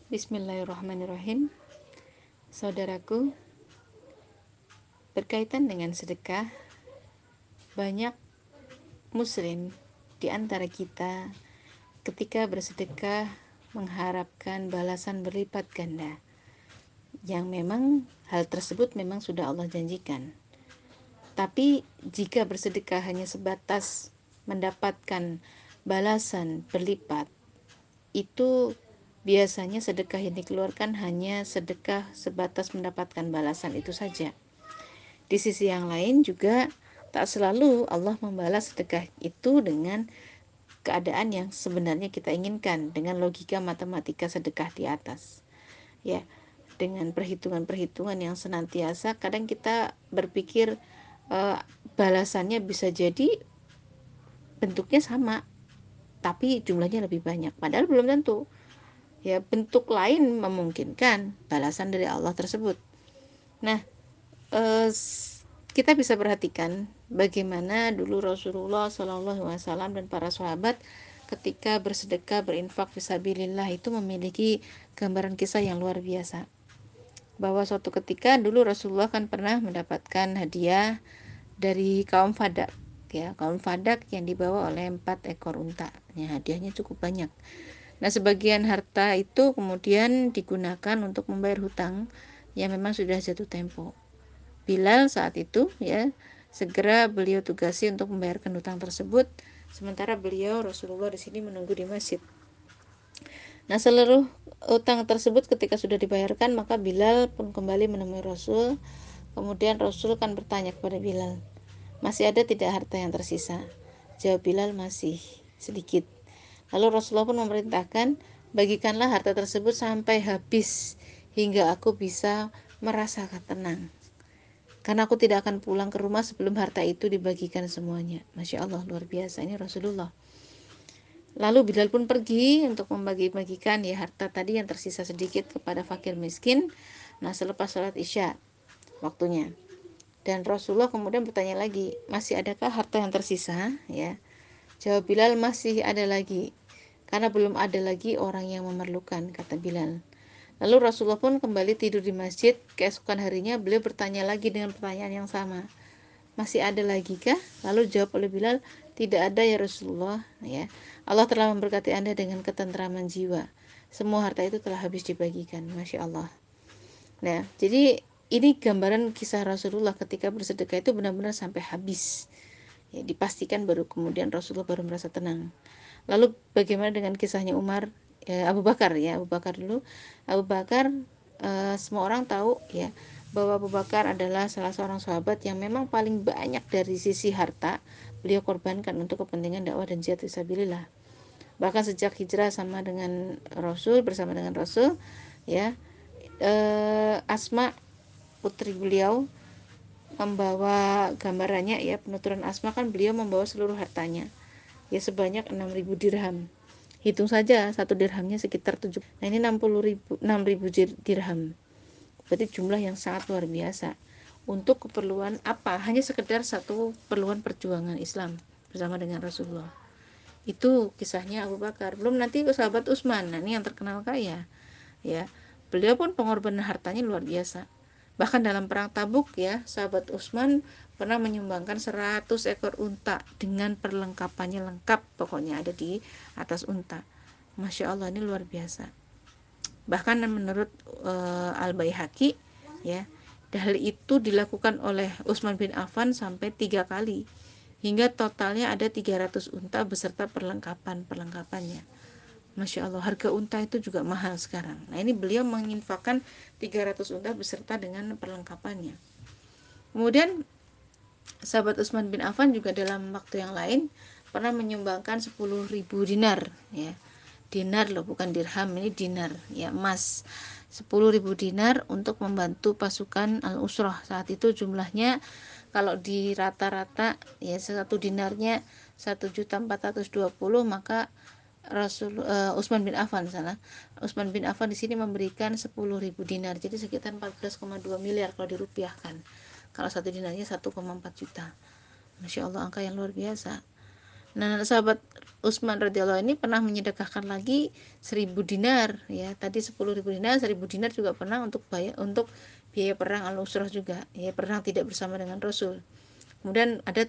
Bismillahirrahmanirrahim. Saudaraku, berkaitan dengan sedekah, banyak muslim di antara kita ketika bersedekah mengharapkan balasan berlipat ganda, yang memang hal tersebut memang sudah Allah janjikan. Tapi jika bersedekah hanya sebatas mendapatkan balasan berlipat, itu biasanya sedekah yang dikeluarkan hanya sedekah sebatas mendapatkan balasan itu saja. Di sisi yang lain juga tak selalu Allah membalas sedekah itu dengan keadaan yang sebenarnya kita inginkan, dengan logika matematika sedekah di atas. Ya, dengan perhitungan-perhitungan yang senantiasa kadang kita berpikir balasannya bisa jadi bentuknya sama, tapi jumlahnya lebih banyak, padahal belum tentu. Ya, bentuk lain memungkinkan balasan dari Allah tersebut. Nah, kita bisa perhatikan bagaimana dulu Rasulullah SAW dan para sahabat ketika bersedekah, berinfak fisabilillah itu memiliki gambaran kisah yang luar biasa. Bahwa suatu ketika dulu Rasulullah kan pernah mendapatkan hadiah dari kaum Fadak, ya, kaum Fadak yang dibawa oleh 4 ekor unta. Ya, hadiahnya cukup banyak. Nah, sebagian harta itu kemudian digunakan untuk membayar hutang yang memang sudah jatuh tempo. Bilal saat itu, ya, segera beliau tugasi untuk membayarkan hutang tersebut, sementara beliau Rasulullah di sini menunggu di masjid. Nah, seluruh hutang tersebut ketika sudah dibayarkan, maka Bilal pun kembali menemui Rasul. Kemudian Rasul kan bertanya kepada Bilal, masih ada tidak harta yang tersisa? Jawab Bilal, masih sedikit. Lalu Rasulullah pun memerintahkan, bagikanlah harta tersebut sampai habis hingga aku bisa merasakan tenang, karena aku tidak akan pulang ke rumah sebelum harta itu dibagikan semuanya. Masya Allah, luar biasa ini Rasulullah. Lalu Bilal pun pergi untuk membagi-bagikan ya harta tadi yang tersisa sedikit kepada fakir miskin. Nah, selepas sholat isya waktunya. Dan Rasulullah kemudian bertanya lagi, masih adakah harta yang tersisa? Ya, jawab Bilal, masih ada lagi, karena belum ada lagi orang yang memerlukan, kata Bilal. Lalu Rasulullah pun kembali tidur di masjid. Keesokan harinya beliau bertanya lagi dengan pertanyaan yang sama, masih ada lagi kah? Lalu jawab oleh Bilal, tidak ada ya Rasulullah. Ya, Allah telah memberkati Anda dengan ketentraman jiwa. Semua harta itu telah habis dibagikan. Masya Allah. Nah, jadi ini gambaran kisah Rasulullah ketika bersedekah itu benar-benar sampai habis. Ya, dipastikan baru kemudian Rasulullah baru merasa tenang. Lalu bagaimana dengan kisahnya Umar, Abu Bakar, ya, Abu Bakar dulu. Abu Bakar, semua orang tahu ya bahwa Abu Bakar adalah salah seorang sahabat yang memang paling banyak dari sisi harta beliau korbankan untuk kepentingan dakwah dan jihad fisabilillah. Bahkan sejak hijrah sama dengan Rasul, bersama dengan Rasul, ya, Asma putri beliau membawa gambarannya, ya, penuturan Asma kan beliau membawa seluruh hartanya, ya, sebanyak 6.000 dirham. Hitung saja satu dirhamnya sekitar 7. Nah, ini 6.000 dirham. Berarti jumlah yang sangat luar biasa. Untuk keperluan apa? Hanya sekedar satu keperluan perjuangan Islam bersama dengan Rasulullah. Itu kisahnya Abu Bakar. Belum nanti sahabat Utsman. Nah, ini yang terkenal kaya. Ya. Beliau pun pengorbanan hartanya luar biasa. Bahkan dalam perang Tabuk, ya, sahabat Utsman pernah menyumbangkan 100 ekor unta dengan perlengkapannya lengkap, pokoknya ada di atas unta. Masya Allah, ini luar biasa. Bahkan menurut Al-Baihaqi, ya, hal itu dilakukan oleh Utsman bin Affan sampai 3 kali, hingga totalnya ada 300 unta beserta perlengkapannya. Masya Allah, harga unta itu juga mahal sekarang. Nah, ini beliau menginfakkan 300 unta beserta dengan perlengkapannya. Kemudian sahabat Utsman bin Affan juga dalam waktu yang lain pernah menyumbangkan 10.000 dinar, ya. Dinar loh, bukan dirham, ini dinar, ya, emas. 10.000 dinar untuk membantu pasukan Al-Usrah. Saat itu jumlahnya kalau di rata-rata, ya, satu dinarnya 1.420.000, maka Utsman bin Affan Utsman bin Affan di sini memberikan 10.000 dinar, jadi sekitar 14,2 miliar kalau dirupiahkan. Kalau satu dinarnya 1,4 juta. Masya Allah, angka yang luar biasa. Nah, sahabat Utsman radhiyallahu ini pernah menyedekahkan lagi 1000 dinar, ya. Tadi 10.000 dinar, 1000 dinar juga pernah untuk biaya perang Al-Nusrah juga, ya, perang tidak bersama dengan Rasul. Kemudian ada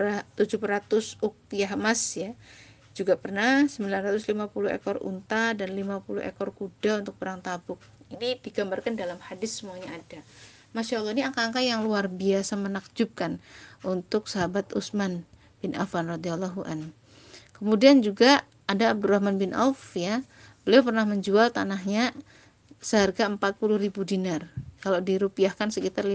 700 uqiyah emas, ya. Juga pernah 950 ekor unta dan 50 ekor kuda untuk perang Tabuk. Ini digambarkan dalam hadis, semuanya ada. Masya Allah, ini angka-angka yang luar biasa menakjubkan untuk sahabat Utsman bin Affan radhiyallahu an. Kemudian juga ada Abdurrahman bin Auf, ya. Beliau pernah menjual tanahnya seharga 40.000 dinar. Kalau dirupiahkan sekitar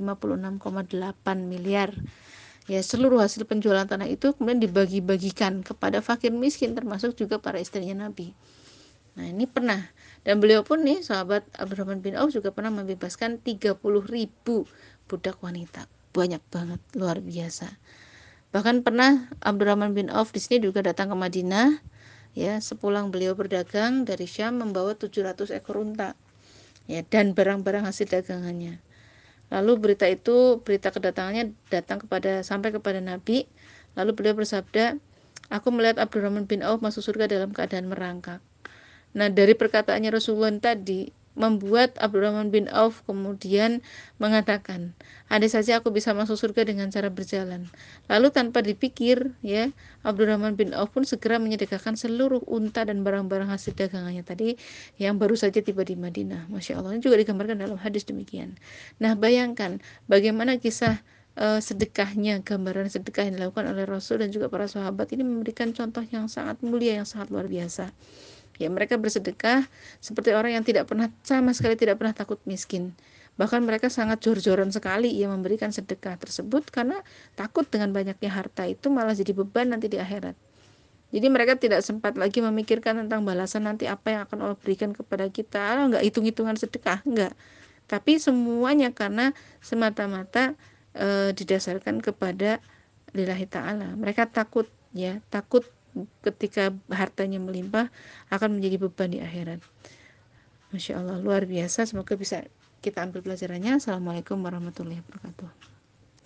56,8 miliar. Ya, seluruh hasil penjualan tanah itu kemudian dibagi-bagikan kepada fakir miskin, termasuk juga para istrinya Nabi. Nah, ini pernah. Dan beliau pun nih, sahabat Abdurrahman bin Auf juga pernah membebaskan 30.000 budak wanita. Banyak banget, luar biasa. Bahkan pernah Abdurrahman bin Auf di sini juga datang ke Madinah, ya, sepulang beliau berdagang dari Syam membawa 700 ekor unta, ya, dan barang-barang hasil dagangannya. Lalu berita kedatangannya sampai kepada Nabi. Lalu beliau bersabda, aku melihat Abdurrahman bin Auf masuk surga dalam keadaan merangkak. Nah, dari perkataannya Rasulullah tadi membuat Abdurrahman bin Auf kemudian mengatakan, andai saja aku bisa masuk surga dengan cara berjalan. Lalu tanpa dipikir, ya, Abdurrahman bin Auf pun segera menyedekahkan seluruh unta dan barang-barang hasil dagangannya tadi yang baru saja tiba di Madinah. Masya Allah, ini juga digambarkan dalam hadis demikian. Nah, bayangkan bagaimana kisah sedekahnya, gambaran sedekah yang dilakukan oleh Rasul dan juga para sahabat ini memberikan contoh yang sangat mulia, yang sangat luar biasa. Ya, mereka bersedekah seperti orang yang sama sekali tidak pernah takut miskin. Bahkan mereka sangat jor-joran sekali ia memberikan sedekah tersebut karena takut dengan banyaknya harta itu malah jadi beban nanti di akhirat. Jadi mereka tidak sempat lagi memikirkan tentang balasan nanti apa yang akan Allah berikan kepada kita. Enggak hitung-hitungan sedekah, enggak. Tapi semuanya karena semata-mata didasarkan kepada lillahi ta'ala. Mereka takut, ya, takut ketika hartanya melimpah akan menjadi beban di akhirat. Masya Allah, luar biasa. Semoga bisa kita ambil pelajarannya. Assalamualaikum warahmatullahi wabarakatuh.